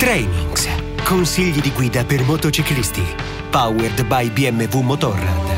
Trainings, consigli di guida per motociclisti. Powered by BMW Motorrad.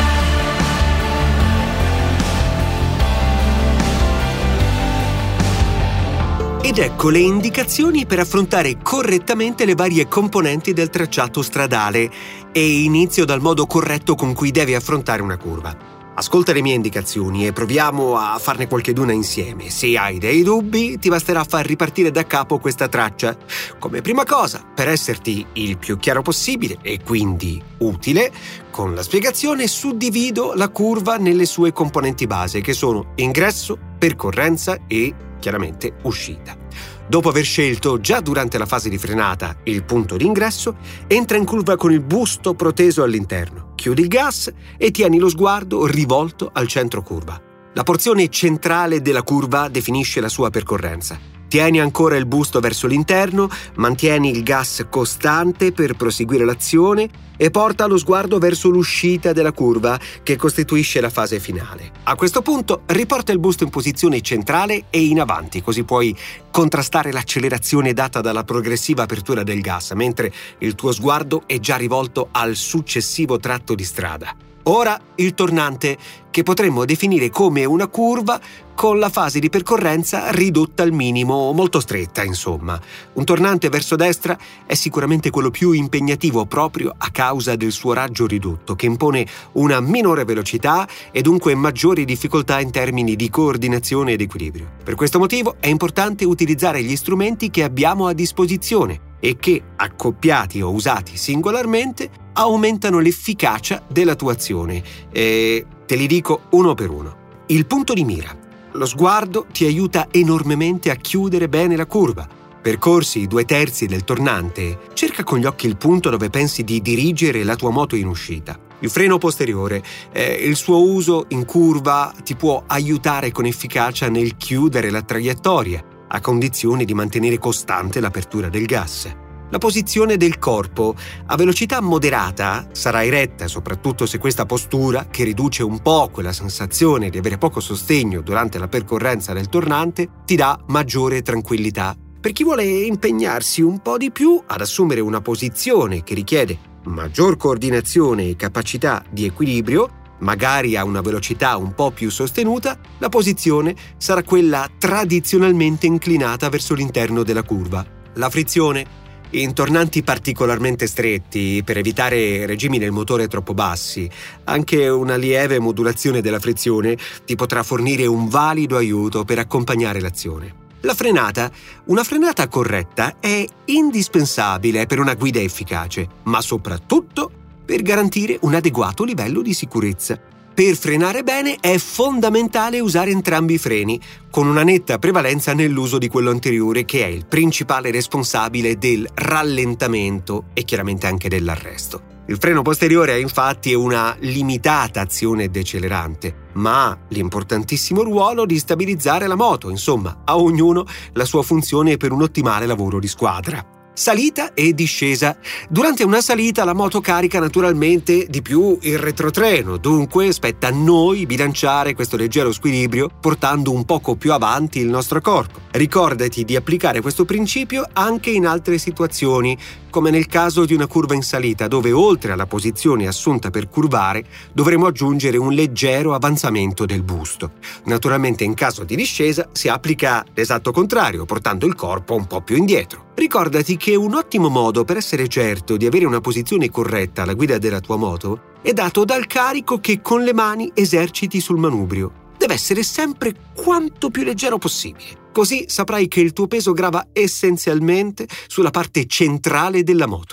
Ed ecco le indicazioni per affrontare correttamente le varie componenti del tracciato stradale e inizio dal modo corretto con cui devi affrontare una curva. Ascolta le mie indicazioni e proviamo a farne qualcheduna insieme. Se hai dei dubbi, ti basterà far ripartire da capo questa traccia. Come prima cosa, per esserti il più chiaro possibile e quindi utile, con la spiegazione suddivido la curva nelle sue componenti base, che sono ingresso, percorrenza e, chiaramente, uscita. Dopo aver scelto, già durante la fase di frenata, il punto di ingresso, entra in curva con il busto proteso all'interno. Chiudi il gas e tieni lo sguardo rivolto al centro curva. La porzione centrale della curva definisce la sua percorrenza. Tieni ancora il busto verso l'interno, mantieni il gas costante per proseguire l'azione e porta lo sguardo verso l'uscita della curva, che costituisce la fase finale. A questo punto riporta il busto in posizione centrale e in avanti, così puoi contrastare l'accelerazione data dalla progressiva apertura del gas, mentre il tuo sguardo è già rivolto al successivo tratto di strada. Ora il tornante, che potremmo definire come una curva con la fase di percorrenza ridotta al minimo, molto stretta insomma. Un tornante verso destra è sicuramente quello più impegnativo proprio a causa del suo raggio ridotto, che impone una minore velocità e dunque maggiori difficoltà in termini di coordinazione ed equilibrio. Per questo motivo è importante utilizzare gli strumenti che abbiamo a disposizione e che, accoppiati o usati singolarmente, aumentano l'efficacia della tua azione. E te li dico uno per uno. Il punto di mira. Lo sguardo ti aiuta enormemente a chiudere bene la curva. Percorsi i 2/3 del tornante, cerca con gli occhi il punto dove pensi di dirigere la tua moto in uscita. Il freno posteriore, il suo uso in curva ti può aiutare con efficacia nel chiudere la traiettoria, a condizione di mantenere costante l'apertura del gas. La posizione del corpo a velocità moderata sarà eretta, soprattutto se questa postura, che riduce un po' quella sensazione di avere poco sostegno durante la percorrenza del tornante, ti dà maggiore tranquillità. Per chi vuole impegnarsi un po' di più ad assumere una posizione che richiede maggior coordinazione e capacità di equilibrio, magari a una velocità un po' più sostenuta, la posizione sarà quella tradizionalmente inclinata verso l'interno della curva. La frizione in tornanti particolarmente stretti, per evitare regimi del motore troppo bassi, anche una lieve modulazione della frizione ti potrà fornire un valido aiuto per accompagnare l'azione. La frenata. Una frenata corretta è indispensabile per una guida efficace, ma soprattutto per garantire un adeguato livello di sicurezza. Per frenare bene è fondamentale usare entrambi i freni, con una netta prevalenza nell'uso di quello anteriore, che è il principale responsabile del rallentamento e chiaramente anche dell'arresto. Il freno posteriore ha infatti una limitata azione decelerante, ma ha l'importantissimo ruolo di stabilizzare la moto. Insomma, a ognuno la sua funzione per un ottimale lavoro di squadra. Salita e discesa. Durante una salita la moto carica naturalmente di più il retrotreno, dunque spetta a noi bilanciare questo leggero squilibrio portando un poco più avanti il nostro corpo. Ricordati di applicare questo principio anche in altre situazioni, come nel caso di una curva in salita, dove oltre alla posizione assunta per curvare dovremo aggiungere un leggero avanzamento del busto. Naturalmente in caso di discesa si applica l'esatto contrario, portando il corpo un po' più indietro. Ricordati che un ottimo modo per essere certo di avere una posizione corretta alla guida della tua moto è dato dal carico che con le mani eserciti sul manubrio. Deve essere sempre quanto più leggero possibile. Così saprai che il tuo peso grava essenzialmente sulla parte centrale della moto.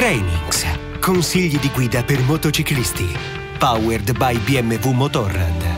Trainings, consigli di guida per motociclisti. Powered by BMW Motorrad.